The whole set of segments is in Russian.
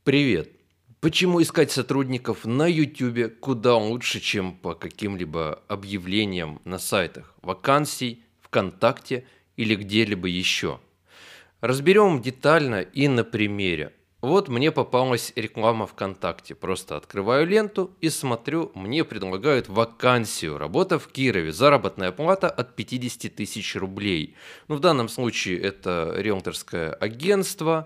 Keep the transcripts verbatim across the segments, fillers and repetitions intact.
Привет! Почему искать сотрудников на ютубе куда лучше, чем по каким-либо объявлениям на сайтах вакансий, ВКонтакте или где-либо еще? Разберем детально и на примере. Вот мне попалась реклама ВКонтакте. Просто открываю ленту и смотрю, мне предлагают вакансию. Работа в Кирове. Заработная плата от пятидесяти тысяч рублей. Ну, в данном случае это риэлторское агентство.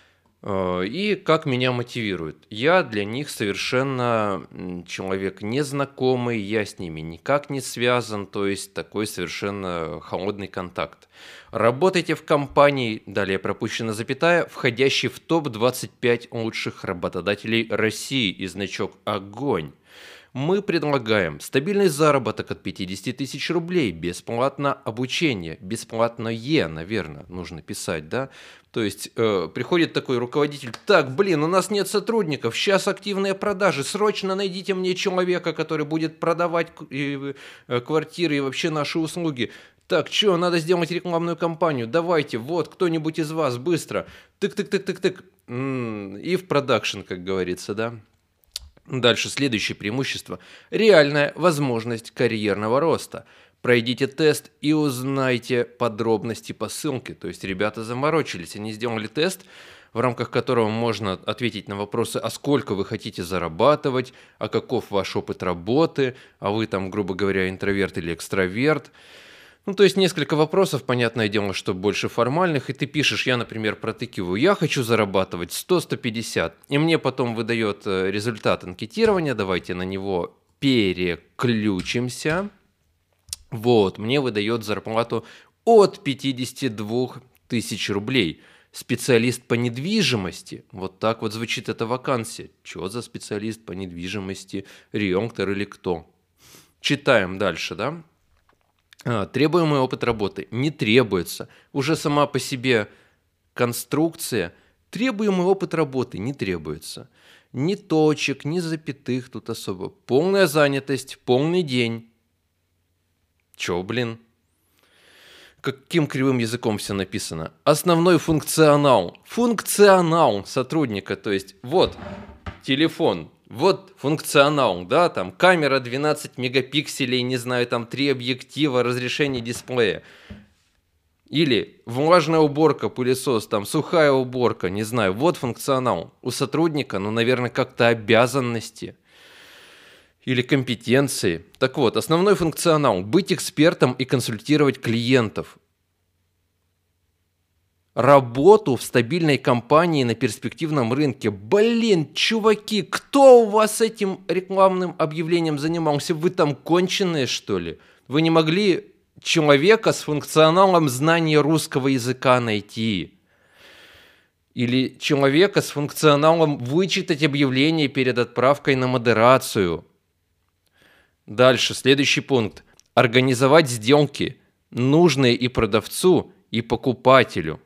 Э, И как меня мотивирует? Я для них совершенно м, человек незнакомый, я с ними никак не связан, то есть такой совершенно холодный контакт. Работайте в компании, далее пропущена запятая, входящей в топ двадцать пять лучших работодателей России и значок «Огонь». Мы предлагаем стабильный заработок от пятидесяти тысяч рублей, бесплатно обучение, бесплатное, наверное, нужно писать, да? То есть э, приходит такой руководитель, так, блин, у нас нет сотрудников, сейчас активные продажи, срочно найдите мне человека, который будет продавать к- и, э, квартиры и вообще наши услуги. Так, что, надо сделать рекламную кампанию, давайте, вот, кто-нибудь из вас, быстро, тык-тык-тык-тык-тык, М, и в продакшн, как говорится, да? Дальше следующее преимущество. Реальная возможность карьерного роста. Пройдите тест и узнайте подробности по ссылке. То есть ребята заморочились, они сделали тест, в рамках которого можно ответить на вопросы, а сколько вы хотите зарабатывать, а каков ваш опыт работы, а вы там, грубо говоря, интроверт или экстраверт. Ну, то есть несколько вопросов, понятное дело, что больше формальных, и ты пишешь, я, например, протыкиваю, я хочу зарабатывать сто - сто пятьдесят, и мне потом выдает э, результат анкетирования, давайте на него переключимся. Вот, мне выдает зарплату от пятидесяти двух тысяч рублей. Специалист по недвижимости. Вот так вот звучит эта вакансия. Что за специалист по недвижимости? Риэлтор или кто? Читаем дальше, да? А, Требуемый опыт работы не требуется. Уже сама по себе конструкция. Требуемый опыт работы не требуется. Ни точек, ни запятых тут особо. Полная занятость, полный день. Чё, блин? Каким кривым языком все написано? Основной функционал. Функционал сотрудника. То есть вот телефон, вот функционал, да, там камера двенадцать мегапикселей, не знаю, там три объектива, разрешение дисплея. Или влажная уборка, пылесос, там сухая уборка, не знаю, вот функционал. У сотрудника, ну, наверное, как-то обязанности или компетенции. Так вот, основной функционал – быть экспертом и консультировать клиентов. Работу в стабильной компании на перспективном рынке. Блин, чуваки, кто у вас этим рекламным объявлением занимался? Вы там конченые, что ли? Вы не могли человека с функционалом знания русского языка найти? Или человека с функционалом вычитать объявление перед отправкой на модерацию? Дальше, следующий пункт. Организовать сделки, нужные и продавцу, и покупателю.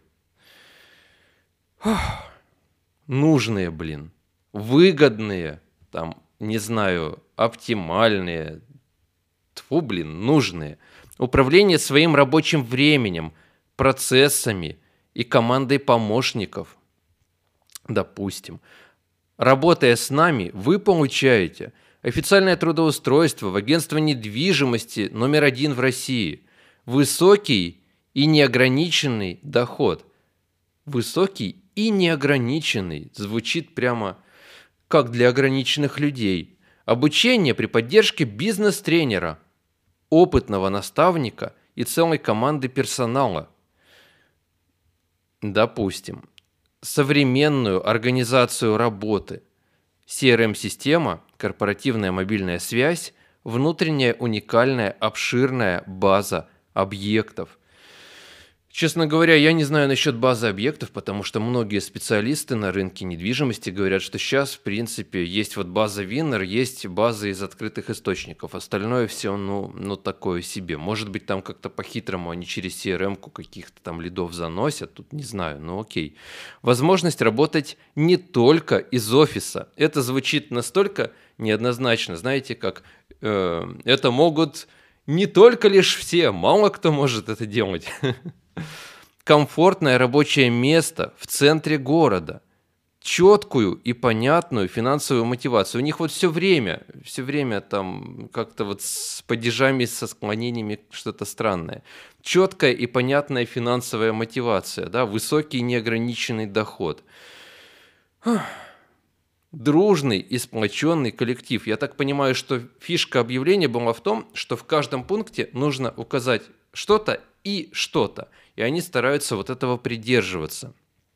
Нужные, блин, выгодные, там, не знаю, оптимальные, тьфу, блин, нужные. Управление своим рабочим временем, процессами и командой помощников. Допустим. Работая с нами, вы получаете официальное трудоустройство в агентство недвижимости номер один в России, высокий и неограниченный доход. Высокий и неограниченный звучит прямо как для ограниченных людей. Обучение при поддержке бизнес-тренера, опытного наставника и целой команды персонала. Допустим, современную организацию работы, си эр эм-система, корпоративная мобильная связь, внутренняя уникальная обширная база объектов. Честно говоря, я не знаю насчет базы объектов, потому что многие специалисты на рынке недвижимости говорят, что сейчас, в принципе, есть вот база Виннер, есть база из открытых источников. Остальное все, ну, ну такое себе. Может быть, там как-то по-хитрому они через си эр эм-ку каких-то там лидов заносят, тут не знаю, ну окей. Возможность работать не только из офиса. Это звучит настолько неоднозначно, знаете, как э, это могут не только лишь все, мало кто может это делать. Комфортное рабочее место в центре города. четкую и понятную финансовую мотивацию. У них вот все время, все время там как-то вот с падежами, со склонениями что-то странное. Четкая и понятная финансовая мотивация, да, высокий неограниченный доход. Дружный и сплоченный коллектив. Я так понимаю, что фишка объявления была в том, что в каждом пункте нужно указать что-то и что-то. И они стараются вот этого придерживаться.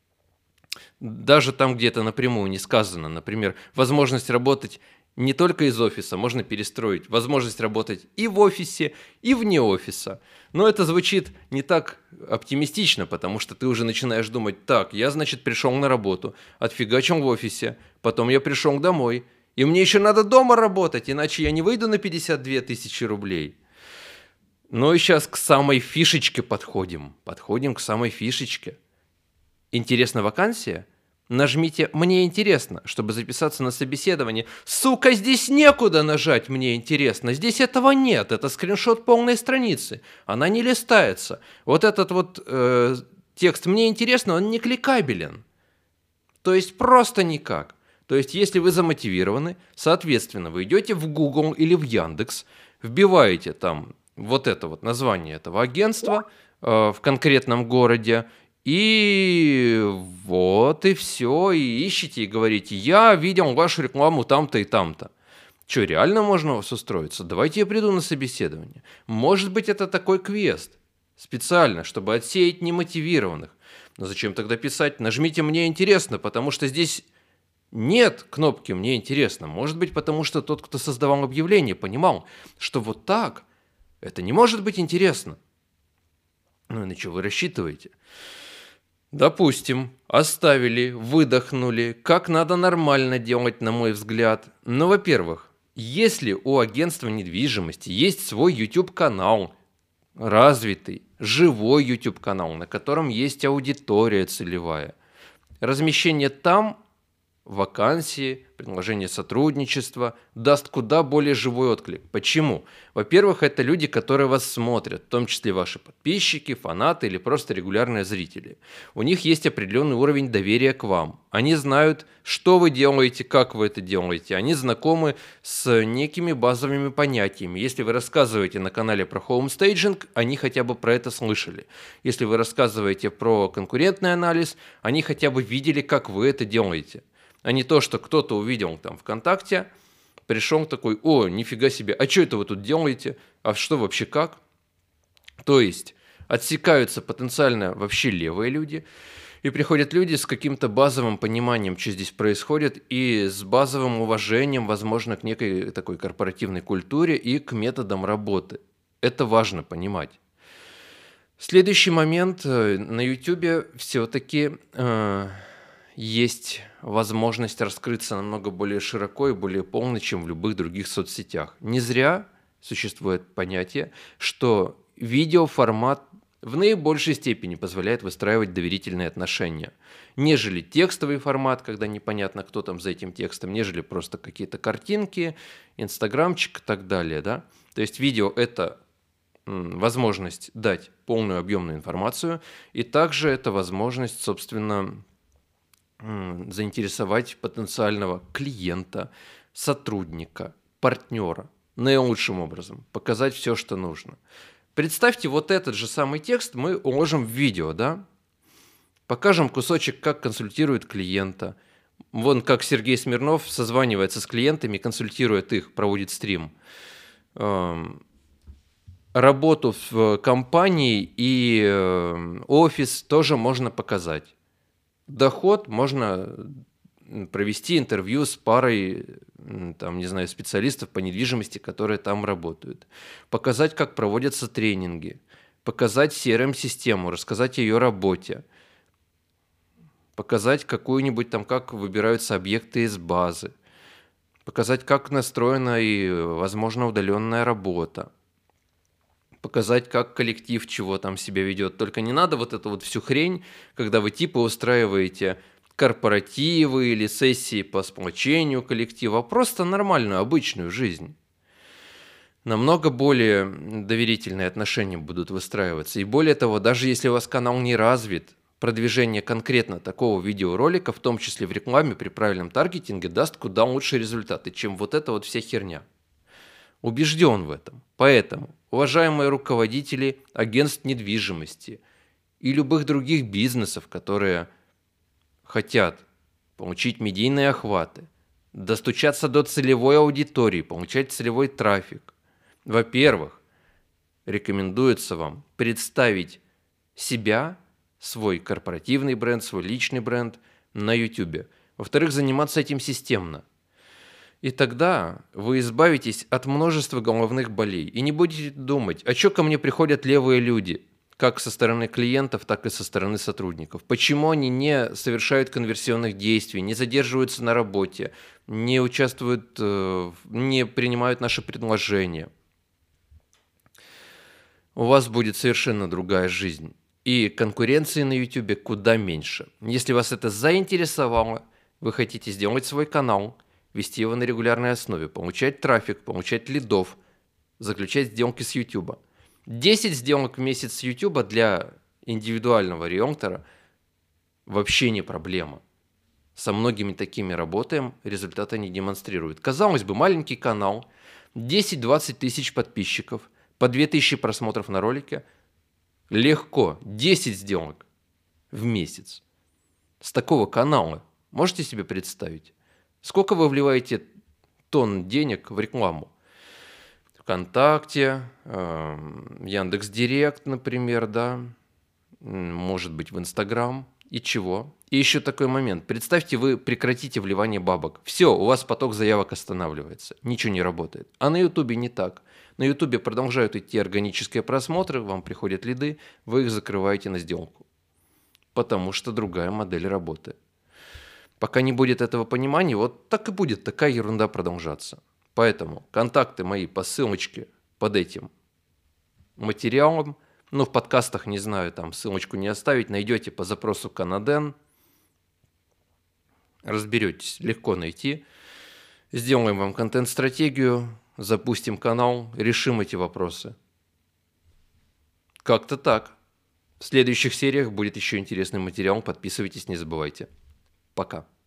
Даже там, где это напрямую не сказано. Например, возможность работать не только из офиса, можно перестроить. Возможность работать и в офисе, и вне офиса. Но это звучит не так оптимистично, потому что ты уже начинаешь думать: так, я, значит, пришел на работу, отфигачил в офисе, потом я пришел домой, и мне еще надо дома работать, иначе я не выйду на пятьдесят две тысячи рублей. Ну и сейчас к самой фишечке подходим. Подходим к самой фишечке. Интересна вакансия? Нажмите «Мне интересно», чтобы записаться на собеседование. Сука, здесь некуда нажать «Мне интересно». Здесь этого нет. Это скриншот полной страницы. Она не листается. Вот этот вот э, текст «Мне интересно», он не кликабелен. То есть просто никак. То есть если вы замотивированы, соответственно, вы идете в Google или в Яндекс, вбиваете там вот это вот название этого агентства э, в конкретном городе, и вот и все, и ищите, и говорите: я видел вашу рекламу там-то и там-то. Что, реально можно у вас устроиться? Давайте я приду на собеседование. Может быть, это такой квест, специально, чтобы отсеять немотивированных. Но зачем тогда писать «Нажмите «Мне интересно», потому что здесь нет кнопки «Мне интересно». Может быть, потому что тот, кто создавал объявление, понимал, что вот так это не может быть интересно. Ну и на что вы рассчитываете? Допустим, оставили, выдохнули, как надо нормально делать, на мой взгляд. Ну, во-первых, если у агентства недвижимости есть свой YouTube-канал, развитый, живой YouTube-канал, на котором есть аудитория целевая, размещение там вакансии, предложение сотрудничества даст куда более живой отклик. Почему? Во-первых, это люди, которые вас смотрят, в том числе ваши подписчики, фанаты или просто регулярные зрители. У них есть определенный уровень доверия к вам. Они знают, что вы делаете, как вы это делаете. Они знакомы с некими базовыми понятиями. Если вы рассказываете на канале про хоумстейджинг, они хотя бы про это слышали. Если вы рассказываете про конкурентный анализ, они хотя бы видели, как вы это делаете. А не то, что кто-то увидел там ВКонтакте, пришел такой: о, нифига себе, а что это вы тут делаете? А что вообще как? То есть отсекаются потенциально вообще левые люди, и приходят люди с каким-то базовым пониманием, что здесь происходит, и с базовым уважением, возможно, к некой такой корпоративной культуре и к методам работы. Это важно понимать. Следующий момент. На YouTube все-таки э, есть возможность раскрыться намного более широко и более полно, чем в любых других соцсетях. Не зря существует понятие, что видеоформат в наибольшей степени позволяет выстраивать доверительные отношения, нежели текстовый формат, когда непонятно, кто там за этим текстом, нежели просто какие-то картинки, инстаграмчик и так далее. Да? То есть видео – это возможность дать полную объемную информацию, и также это возможность, собственно, заинтересовать потенциального клиента, сотрудника, партнера наилучшим образом, показать все, что нужно. Представьте, вот этот же самый текст мы уложим в видео, да? Покажем кусочек, как консультирует клиента. Вон как Сергей Смирнов созванивается с клиентами, консультирует их, проводит стрим. Работу в компании и офис тоже можно показать. Доход можно провести интервью с парой, там, не знаю, специалистов по недвижимости, которые там работают. Показать, как проводятся тренинги. Показать си эр эм-систему, рассказать о ее работе. Показать какую-нибудь там, как выбираются объекты из базы. Показать, как настроена и, возможно, удаленная работа. Показать, как коллектив чего там себя ведет. Только не надо вот эту вот всю хрень, когда вы типа устраиваете корпоративы или сессии по сплочению коллектива, а просто нормальную, обычную жизнь. Намного более доверительные отношения будут выстраиваться. И более того, даже если у вас канал не развит, продвижение конкретно такого видеоролика, в том числе в рекламе при правильном таргетинге, даст куда лучше результаты, чем вот эта вот вся херня. Убежден в этом. Поэтому, уважаемые руководители агентств недвижимости и любых других бизнесов, которые хотят получить медийные охваты, достучаться до целевой аудитории, получать целевой трафик, во-первых, рекомендуется вам представить себя, свой корпоративный бренд, свой личный бренд на YouTube. Во-вторых, заниматься этим системно. И тогда вы избавитесь от множества головных болей и не будете думать, а что ко мне приходят левые люди, как со стороны клиентов, так и со стороны сотрудников. Почему они не совершают конверсионных действий, не задерживаются на работе, не участвуют, не принимают наши предложения. У вас будет совершенно другая жизнь. И конкуренции на YouTube куда меньше. Если вас это заинтересовало, вы хотите сделать свой канал, вести его на регулярной основе, получать трафик, получать лидов, заключать сделки с YouTube. десять сделок в месяц с YouTube для индивидуального риэлтора вообще не проблема. Со многими такими работаем, результаты не демонстрируют. Казалось бы, маленький канал, десять-двадцать тысяч подписчиков, по две тысячи просмотров на ролике. Легко, десять сделок в месяц. С такого канала можете себе представить? Сколько вы вливаете тонн денег в рекламу? ВКонтакте, Яндекс.Директ, например, да, может быть, в Инстаграм. И чего? И еще такой момент. Представьте, вы прекратите вливание бабок. Все, у вас поток заявок останавливается. Ничего не работает. А на Ютубе не так. На Ютубе продолжают идти органические просмотры, вам приходят лиды, вы их закрываете на сделку. Потому что другая модель работы. Пока не будет этого понимания, вот так и будет такая ерунда продолжаться. Поэтому контакты мои по ссылочке под этим материалом. Ну, в подкастах, не знаю, там ссылочку не оставить. Найдете по запросу Канаден. Разберетесь, легко найти. Сделаем вам контент-стратегию, запустим канал, решим эти вопросы. Как-то так. В следующих сериях будет еще интересный материал. Подписывайтесь, не забывайте. Пока.